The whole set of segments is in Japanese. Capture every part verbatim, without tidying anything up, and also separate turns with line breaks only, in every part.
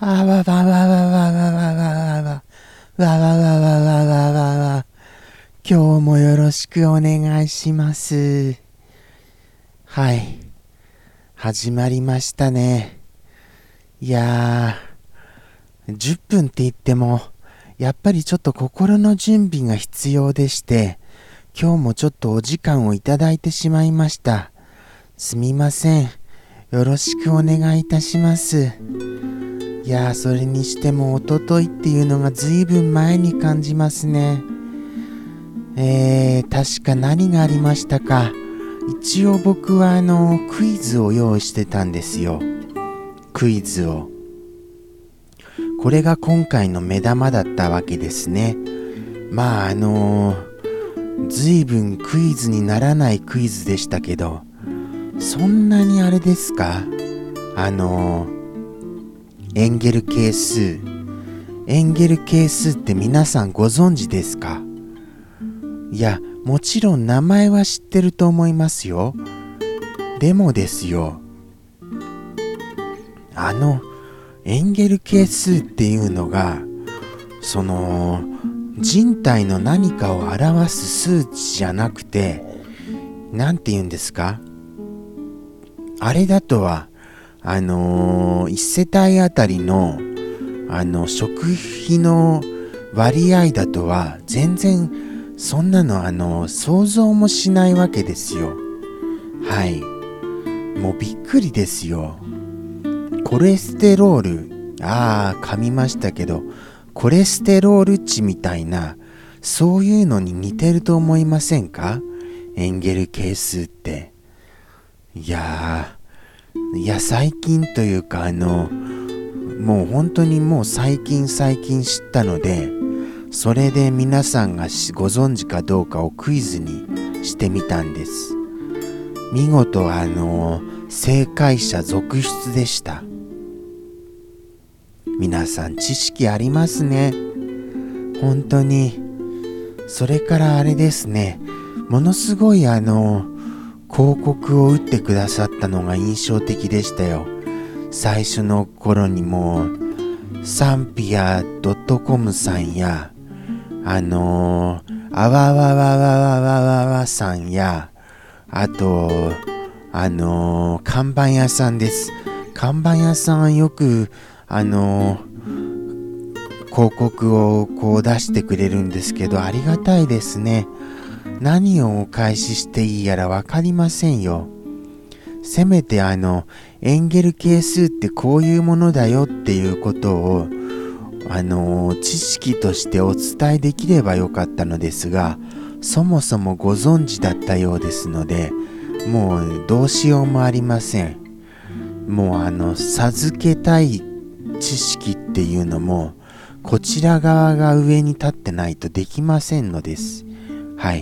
あわわわわわわわわわわわわわわわわわわ。今日もよろしくお願いします。はい。始まりましたね。いやー、じゅっぷんって言っても、やっぱりちょっと心の準備が必要でして、今日もちょっとお時間をいただいてしまいました。すみません。よろしくお願いいたします。いやー、それにしてもおとといっていうのがずいぶん前に感じますね。えー、確か何がありましたか。一応僕はあのクイズを用意してたんですよ。クイズを。これが今回の目玉だったわけですね。まああのー、ずいぶんクイズにならないクイズでしたけど、そんなにあれですか。あのー、エンゲル係数。エンゲル係数って皆さんご存知ですか？いや、もちろん名前は知ってると思いますよ。でもですよ、あのエンゲル係数っていうのが、その人体の何かを表す数値じゃなくて、なんて言うんですか？あれだとは、あのー、いち世帯あたりのあの食費の割合だとは全然そんなのあの想像もしないわけですよ。はい。もうびっくりですよ。コレステロール、ああ噛みましたけど、コレステロール値みたいな、そういうのに似てると思いませんか？エンゲル係数って。いやー、いや最近というかあのもう本当にもう最近最近知ったので、それで皆さんがご存知かどうかをクイズにしてみたんです。見事あの正解者続出でした。皆さん知識ありますね。本当に。それからあれですね、ものすごいあの広告を打ってくださったのが印象的でしたよ。最初の頃にもサンピア .com さんやあのー、あわわわわわわわわさんや、あとあのー、看板屋さんです。看板屋さんよくあのー、広告をこう出してくれるんですけど、ありがたいですね。何をお返ししていいやらわかりませんよ。せめてあのエンゲル係数ってこういうものだよっていうことをあの知識としてお伝えできればよかったのですが、そもそもご存知だったようですので、もうどうしようもありません。もうあの授けたい知識っていうのもこちら側が上に立ってないとできませんのです。はい。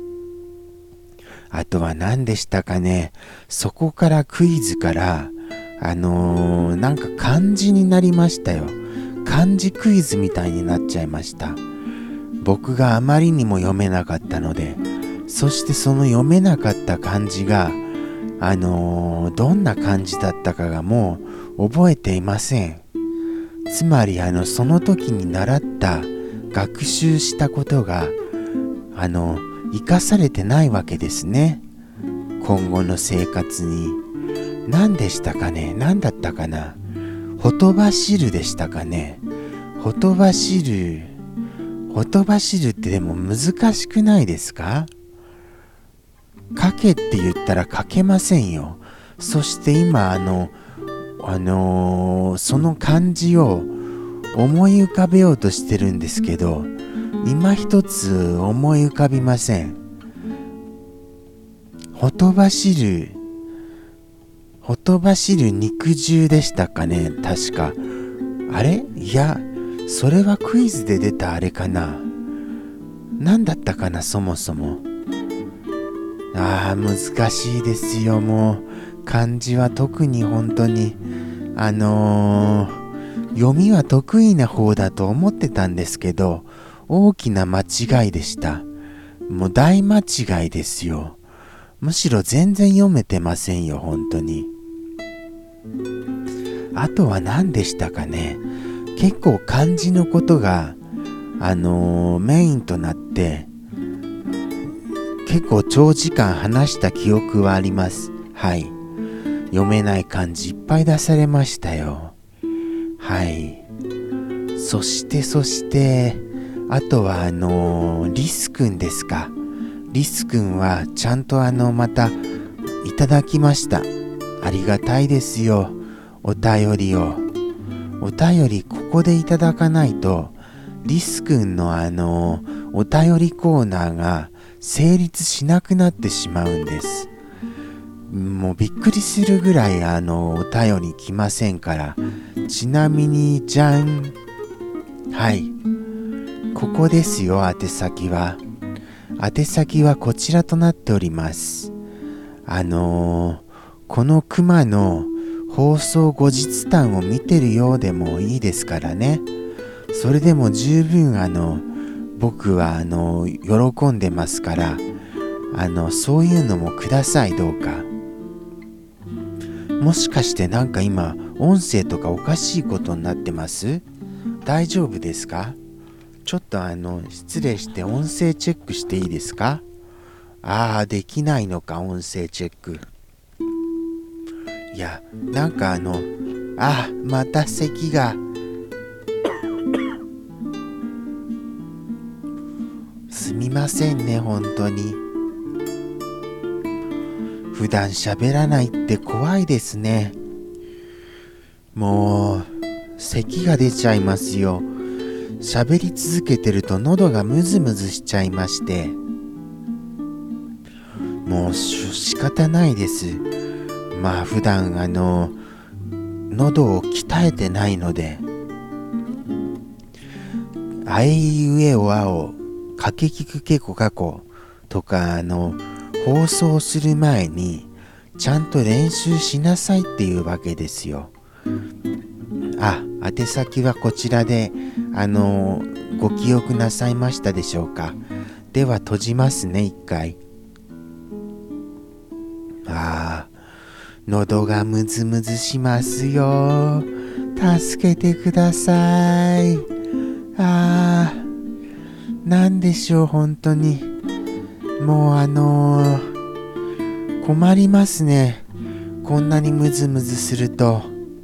あとは何でしたかね。そこからクイズからあのー、なんか漢字になりましたよ。漢字クイズみたいになっちゃいました。僕があまりにも読めなかったので、そしてその読めなかった漢字があのー、どんな漢字だったかがもう覚えていません。つまりあのその時に習った学習したことがあの生かされてないわけですね。今後の生活に。何でしたかね。何だったかな。ほとばしるでしたかね。ほとばしる。ほとばしるってでも難しくないですか？書けって言ったら書けませんよ。そして今あのあのー、その漢字を思い浮かべようとしてるんですけど、今一つ思い浮かびません。ほとばしるほとばしる肉汁でしたかね。確かあれ、いやそれはクイズで出たあれかな。何だったかな、そもそも。あー難しいですよ。もう漢字は特に本当にあのー、読みは得意な方だと思ってたんですけど、大きな間違いでした。もう大間違いですよ。むしろ全然読めてませんよ、本当に。 あとは何でしたかね。結構漢字のことがあのー、メインとなって結構長時間話した記憶はあります。はい。読めない漢字いっぱい出されましたよ。はい。そしてそしてあとはあのー、リスくんですか。リスくんはちゃんとあのまたいただきました。ありがたいですよ。お便りをお便りここでいただかないとリスくんのあのお便りコーナーが成立しなくなってしまうんです。もうびっくりするぐらいあのお便り来ませんから。ちなみにじゃん、はいここですよ。宛先は宛先はこちらとなっております。あのー、このクマの放送後日談を見てるようでもいいですからね。それでも十分あの僕はあの喜んでますから、あのそういうのもください。どうか。もしかしてなんか今音声とかおかしいことになってます？大丈夫ですか？ちょっとあの失礼して音声チェックしていいですか？ああ、できないのか、音声チェック。いや、なんかあのあまた咳がすみませんね、本当に。普段喋らないって怖いですね。もう咳が出ちゃいますよ。喋り続けてると喉がムズムズしちゃいまして、もう仕方ないです。まあ普段あの喉を鍛えてないので、あいうえおあおかけきくけこかことかあの放送する前にちゃんと練習しなさいっていうわけですよ。あ、宛先はこちらであのご記憶なさいましたでしょうか。では閉じますね、一回。あー、喉がムズムズしますよ。助けてください。あー、なんでしょう、本当に。もうあのー、困りますね。こんなにムズムズすると。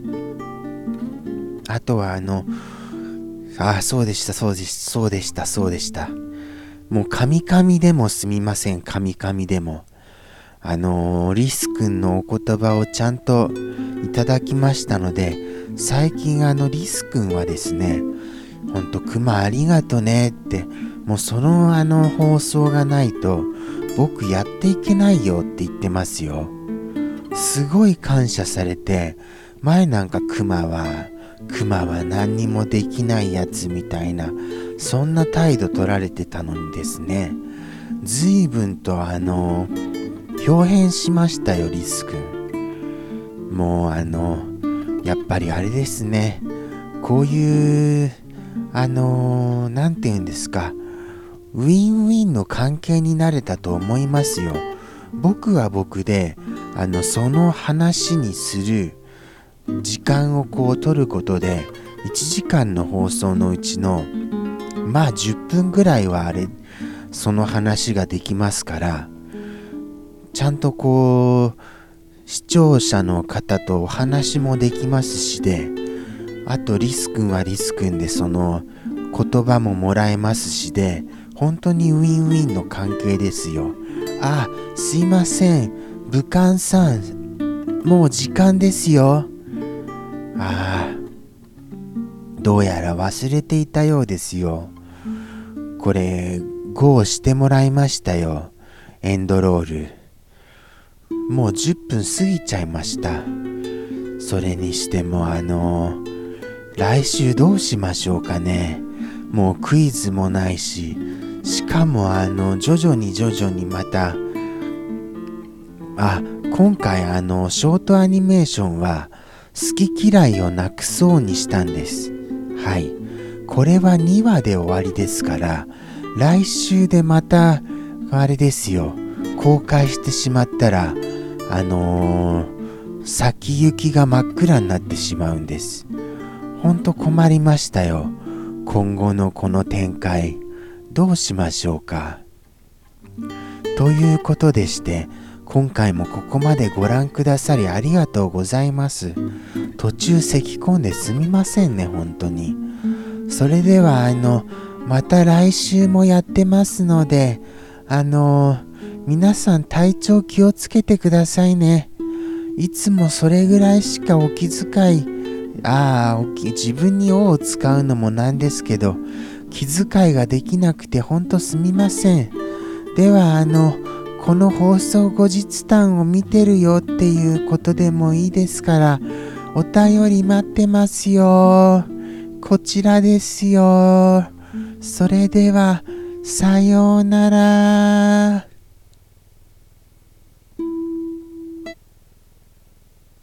あとはあの、あ、そうでした、そうでした、そうでした、そうでした。もうカミカミでもすみません、カミカミでも。あのー、リスくんのお言葉をちゃんといただきましたので、最近あのリスくんはですね、ほんとクマありがとねって、もうそのあの放送がないと僕やっていけないよって言ってますよ。すごい感謝されて、前なんかクマはクマは何にもできないやつみたいな、そんな態度取られてたのにですね、随分とあの表変しましたよ、リスくん。もうあのやっぱりあれですね、こういうあのなんて言うんですか、ウィンウィンの関係になれたと思いますよ。僕は僕であのその話にする時間をこう取ることでいちじかんの放送のうちのまあじゅっぷんぐらいはあれその話ができますから、ちゃんとこう視聴者の方とお話もできますしで、あとリスくんはリスくんでその言葉ももらえますしで、本当にウィンウィンの関係ですよ。あ、すいません、武漢さん、もう時間ですよ。ああ、どうやら忘れていたようですよ。これゴーしてもらいましたよ、エンドロール。もうじゅっぷん過ぎちゃいました。それにしてもあの来週どうしましょうかね。もうクイズもないし、しかもあの徐々に徐々にまた、あ、今回あのショートアニメーションは好き嫌いをなくそうにしたんです。はい、これはにわで終わりですから、来週でまたあれですよ、公開してしまったらあのー、 先行きが真っ暗になってしまうんです。ほんと困りましたよ。今後のこの展開どうしましょうか。ということでして、今回もここまでご覧くださりありがとうございます。途中咳込んですみませんね、本当に。それではあのまた来週もやってますので、あの皆さん体調気をつけてくださいね。いつもそれぐらいしかお気遣い、ああ、自分に「お」を使うのもなんですけど、気遣いができなくてほんとすみません。ではあのこの放送後日談を見てるよっていうことでもいいですから、お便り待ってますよ。こちらですよ。それではさようなら。